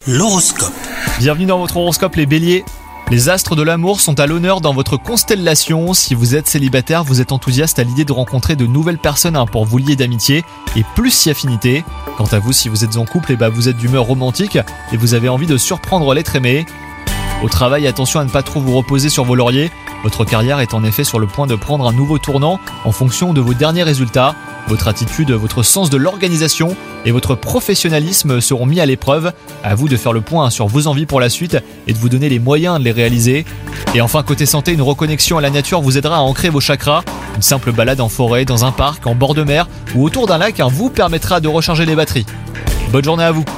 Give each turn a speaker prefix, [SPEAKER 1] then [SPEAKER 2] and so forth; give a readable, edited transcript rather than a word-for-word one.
[SPEAKER 1] L'horoscope.
[SPEAKER 2] Bienvenue dans votre horoscope les béliers. Les astres de l'amour sont à l'honneur dans votre constellation. Si vous êtes célibataire, vous êtes enthousiaste à l'idée de rencontrer de nouvelles personnes pour vous lier d'amitié et plus si affinité. Quant à vous, si vous êtes en couple, vous êtes d'humeur romantique et vous avez envie de surprendre l'être aimé. Au travail, attention à ne pas trop vous reposer sur vos lauriers. Votre carrière est en effet sur le point de prendre un nouveau tournant en fonction de vos derniers résultats. Votre attitude, votre sens de l'organisation et votre professionnalisme seront mis à l'épreuve. À vous de faire le point sur vos envies pour la suite et de vous donner les moyens de les réaliser. Et enfin, côté santé, une reconnexion à la nature vous aidera à ancrer vos chakras. Une simple balade en forêt, dans un parc, en bord de mer ou autour d'un lac vous permettra de recharger les batteries. Bonne journée à vous.